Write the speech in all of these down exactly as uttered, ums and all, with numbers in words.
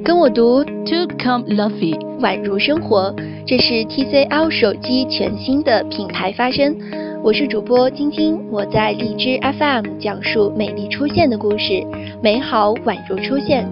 跟我读 To Come Lovey， 宛如生活。这是 T C L 手机全新的品牌发声。我是主播晶晶，我在荔枝 F M 讲述美丽出现的故事，美好宛如出现。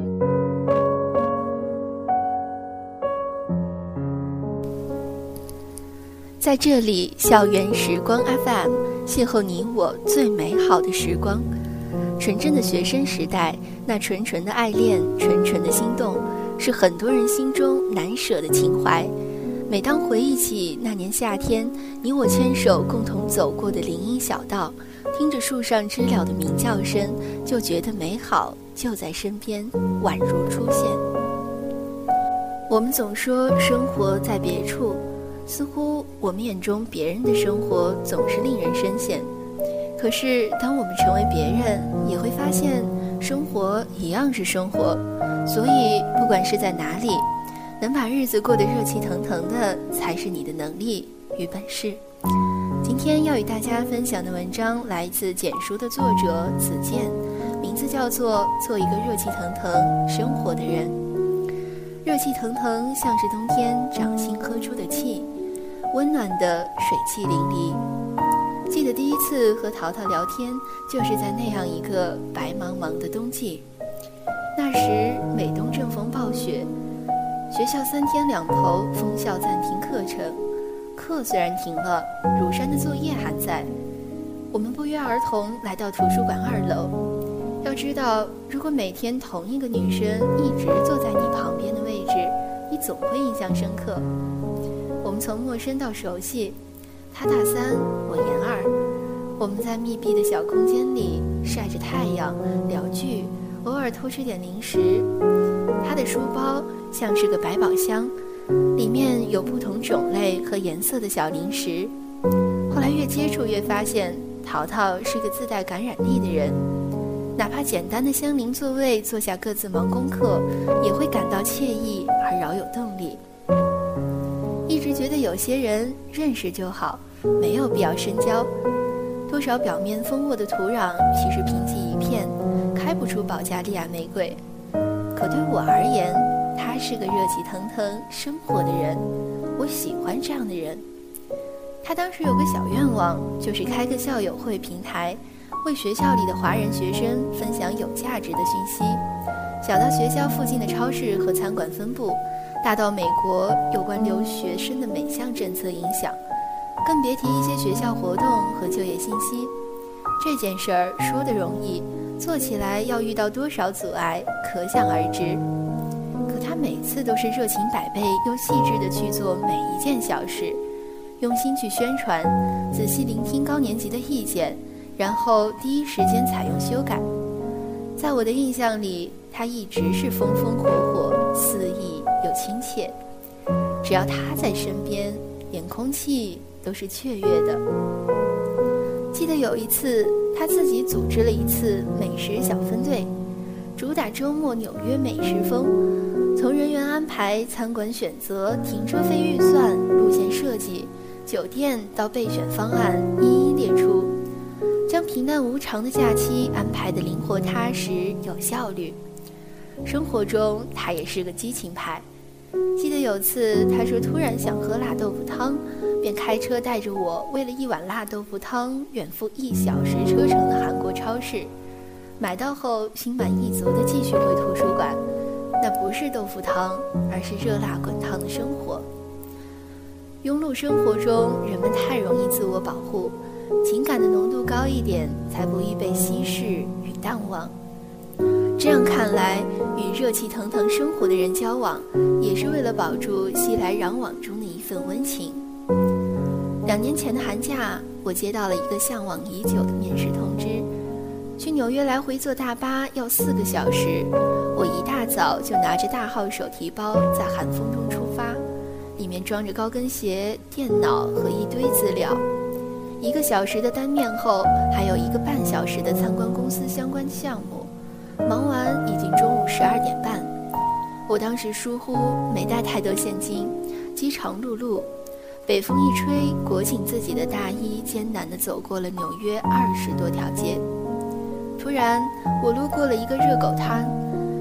在这里，校园时光 F M 邂逅你我最美好的时光。纯真的学生时代，那纯纯的爱恋，纯纯的心动，是很多人心中难舍的情怀。每当回忆起那年夏天，你我牵手共同走过的林荫小道，听着树上知了的鸣叫声，就觉得美好就在身边，宛如出现。我们总说生活在别处，似乎我们眼中别人的生活总是令人深陷。可是当我们成为别人，也会发现生活一样是生活。所以不管是在哪里，能把日子过得热气腾腾的，才是你的能力与本事。今天要与大家分享的文章来自简书的作者子健，名字叫做做一个热气腾腾生活的人。热气腾腾像是冬天掌心喝出的气，温暖的水汽淋漓。记得第一次和淘淘聊天，就是在那样一个白茫茫的冬季。那时美东正逢暴雪，学校三天两头封校暂停课程，课虽然停了，如山的作业还在。我们不约而同来到图书馆二楼。要知道，如果每天同一个女生一直坐在你旁边的位置，你总会印象深刻。我们从陌生到熟悉，她大三，我研二。我们在密闭的小空间里晒着太阳聊剧，偶尔偷吃点零食。她的书包像是个百宝箱，里面有不同种类和颜色的小零食。后来越接触越发现，淘淘是个自带感染力的人，哪怕简单的相邻座位坐下各自忙功课，也会感到惬意而饶有动力。一直觉得有些人认识就好，没有必要深交。多少表面丰沃的土壤，其实贫瘠一片，开不出保加利亚玫瑰。可对我而言，他是个热气腾腾生活的人，我喜欢这样的人。他当时有个小愿望，就是开个校友会平台，为学校里的华人学生分享有价值的讯息。小到学校附近的超市和餐馆分布，大到美国有关留学生的每项政策影响，更别提一些学校活动和就业信息。这件事儿说得容易，做起来要遇到多少阻碍，可想而知。可他每次都是热情百倍又细致地去做每一件小事，用心去宣传，仔细聆听高年级的意见，然后第一时间采用修改。在我的印象里，他一直是风风火火，肆意又亲切。只要他在身边，连空气都是雀跃的。记得有一次，他自己组织了一次美食小分队，主打周末纽约美食风，从人员安排、餐馆选择、停车费预算、路线设计、酒店到备选方案一一列出，将平淡无常的假期安排得灵活踏实有效率。生活中他也是个激情派。记得有次他说突然想喝辣豆腐汤，便开车带着我为了一碗辣豆腐汤远赴一小时车程的韩国超市，买到后心满意足地继续回图书馆。那不是豆腐汤，而是热辣滚烫的生活。庸碌生活中，人们太容易自我保护，情感的浓度高一点，才不易被稀释与淡忘。这样看来，与热气腾腾生活的人交往，也是为了保住熙来攘往中的一份温情。两年前的寒假，我接到了一个向往已久的面试通知，去纽约来回坐大巴要四个小时。我一大早就拿着大号手提包在寒风中出发，里面装着高跟鞋、电脑和一堆资料。一个小时的单面后，还有一个半小时的参观公司相关项目。忙完已经中午十二点半，我当时疏忽没带太多现金，饥肠辘辘。北风一吹，裹紧自己的大衣，艰难地走过了纽约二十多条街。突然，我路过了一个热狗摊，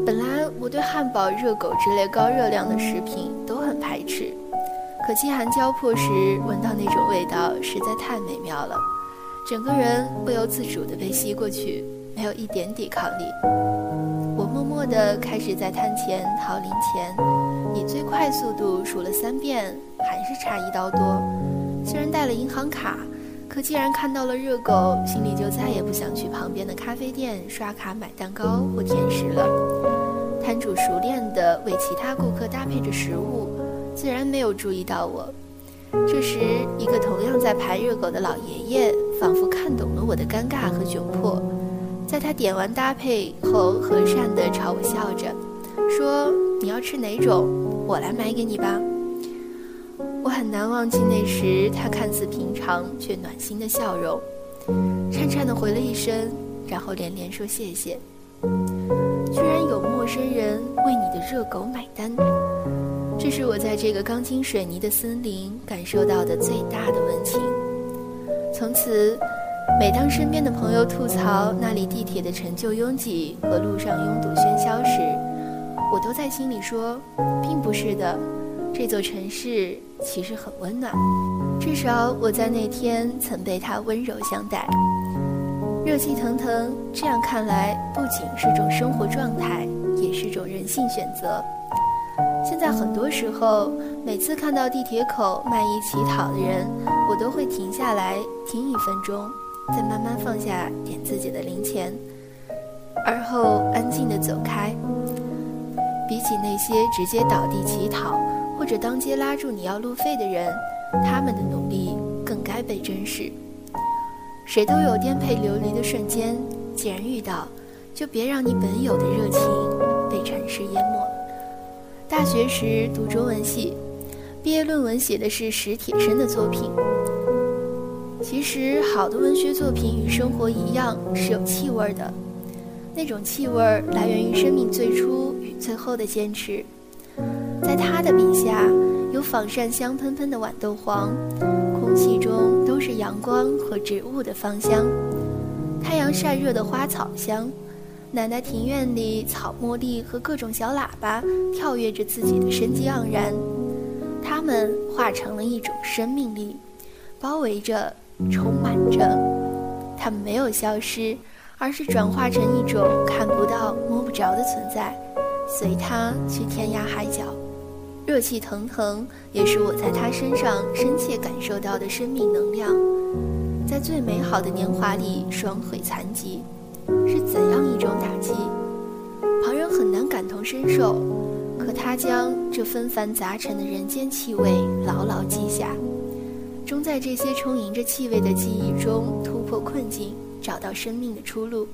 本来我对汉堡、热狗之类高热量的食品都很排斥，可饥寒交迫时闻到那种味道实在太美妙了，整个人不由自主地被吸过去，没有一点抵抗力。我默默地开始在摊前掏零钱，以最快速度数了三遍，还是差一刀多。虽然带了银行卡，可既然看到了热狗，心里就再也不想去旁边的咖啡店刷卡买蛋糕或甜食了。摊主熟练地为其他顾客搭配着食物，自然没有注意到我。这时，一个同样在排热狗的老爷爷仿佛看懂了我的尴尬和窘迫，在他点完搭配后，和善地朝我笑着，说：“你要吃哪种？我来买给你吧。”我很难忘记那时他看似平常却暖心的笑容，颤颤地回了一声，然后连连说谢谢。居然有陌生人为你的热狗买单，这是我在这个钢筋水泥的森林感受到的最大的温情。从此，每当身边的朋友吐槽那里地铁的陈旧拥挤和路上拥堵喧嚣时，我都在心里说，并不是的，这座城市其实很温暖，至少我在那天曾被它温柔相待。热气腾腾，这样看来不仅是种生活状态，也是种人性选择。现在很多时候，每次看到地铁口卖艺乞讨的人，我都会停下来听一分钟，再慢慢放下点自己的零钱，而后安静地走开。比起那些直接倒地乞讨或者当街拉住你要路费的人，他们的努力更该被珍视。谁都有颠沛流离的瞬间，既然遇到，就别让你本有的热情被尘世淹没。大学时读中文系，毕业论文写的是史铁生的作品。其实好的文学作品与生活一样是有气味的，那种气味来源于生命最初与最后的坚持。在他的笔下，有仿膳香喷喷的豌豆黄，空气中都是阳光和植物的芳香，太阳晒热的花草香，奶奶庭院里草茉莉和各种小喇叭跳跃着自己的生机盎然，它们化成了一种生命力，包围着，充满着。它们没有消失，而是转化成一种看不到摸不着的存在，随它去天涯海角。热气腾腾也是我在他身上深切感受到的生命能量。在最美好的年华里双腿残疾，是怎样一种打击？旁人很难感同身受，可他将这纷繁杂陈的人间气味牢牢记下，终在这些充盈着气味的记忆中突破困境，找到生命的出路。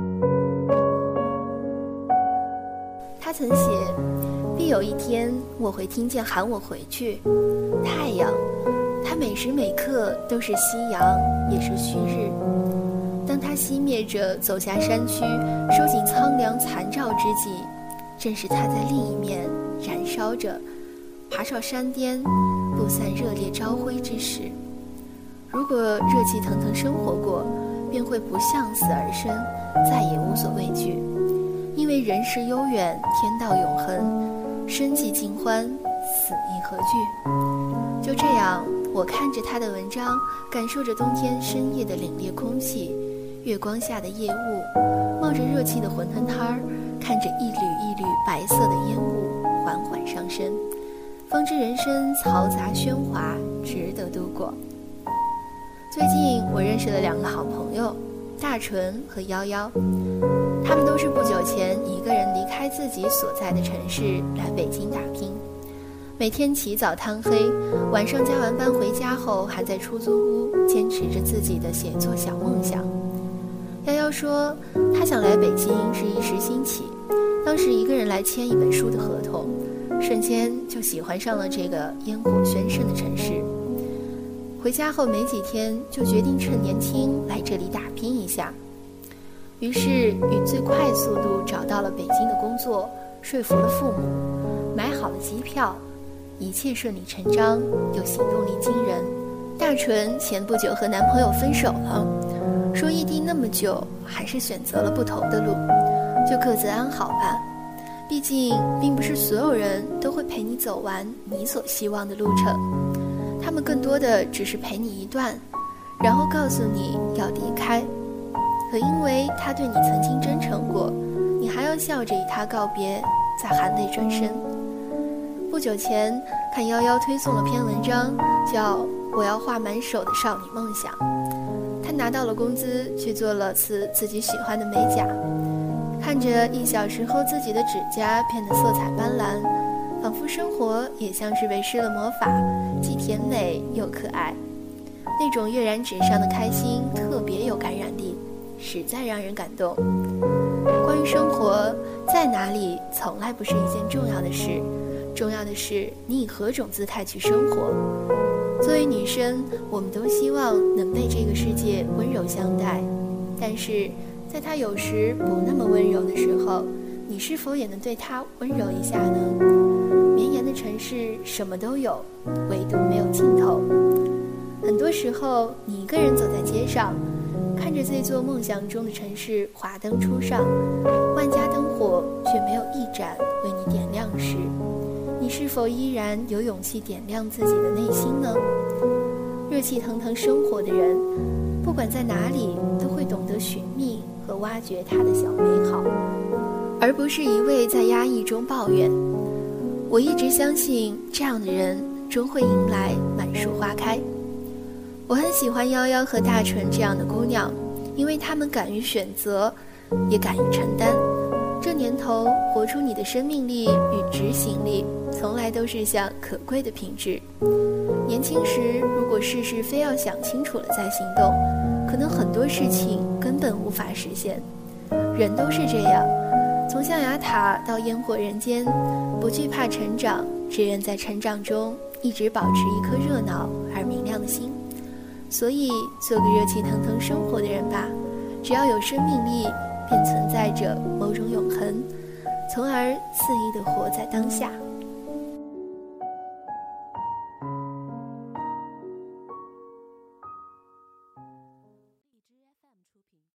他曾写，必有一天我会听见喊我回去。太阳，它每时每刻都是夕阳，也是旭日。当它熄灭着走下山区，收紧苍凉残照之际，正是它在另一面燃烧着，爬上山巅，不散热烈朝晖之时。如果热气腾腾生活过，便会不向死而生，再也无所畏惧。因为人世悠远，天道永恒，生寂尽欢，死亦何惧。就这样，我看着他的文章，感受着冬天深夜的凛冽空气，月光下的夜雾，冒着热气的馄饨摊儿，看着一缕一缕白色的烟雾缓缓上升，方知人生嘈杂喧哗，值得度过。最近我认识了两个好朋友，大纯和夭夭，他们都是不久前一个人离开自己所在的城市来北京打拼，每天起早贪黑，晚上加完班回家后还在出租屋坚持着自己的写作小梦想。夭夭说，他想来北京是一时兴起，当时一个人来签一本书的合同，瞬间就喜欢上了这个烟火喧盛的城市。回家后没几天，就决定趁年轻来这里打拼一下。于是以最快速度找到了北京的工作，说服了父母，买好了机票，一切顺理成章，又行动力惊人。大纯前不久和男朋友分手了，说异地那么久，还是选择了不同的路，就各自安好吧。 毕竟并不是所有人都会陪你走完你所希望的路程，他们更多的只是陪你一段，然后告诉你要离开。可因为他对你曾经真诚过，你还要笑着与他告别，再含泪转身。不久前看夭夭推送了篇文章，叫《我要画满手的少女梦想》。她拿到了工资，去做了次自己喜欢的美甲，看着一小时后自己的指甲变得色彩斑斓，仿佛生活也像是被施了魔法，既甜美又可爱。那种跃然纸上的开心特别有感染力，实在让人感动。关于生活，在哪里从来不是一件重要的事，重要的是你以何种姿态去生活。作为女生，我们都希望能被这个世界温柔相待，但是在他有时不那么温柔的时候，你是否也能对他温柔一下呢？绵延的城市什么都有，唯独没有尽头。很多时候，你一个人走在街上，看着这座梦想中的城市华灯初上，万家灯火却没有一盏为你点亮时，你是否依然有勇气点亮自己的内心呢？热气腾腾生活的人，不管在哪里都会懂得寻觅和挖掘他的小美好，而不是一味在压抑中抱怨。我一直相信，这样的人终会迎来满树花开。我很喜欢夭夭和大纯这样的姑娘，因为她们敢于选择，也敢于承担。这年头，活出你的生命力与执行力，从来都是项可贵的品质。年轻时，如果事事非要想清楚了再行动，可能很多事情根本无法实现。人都是这样，从象牙塔到烟火人间，不惧怕成长，只愿在成长中一直保持一颗热闹而明亮的心。所以，做个热气腾腾生活的人吧，只要有生命力，便存在着某种永恒，从而肆意地活在当下。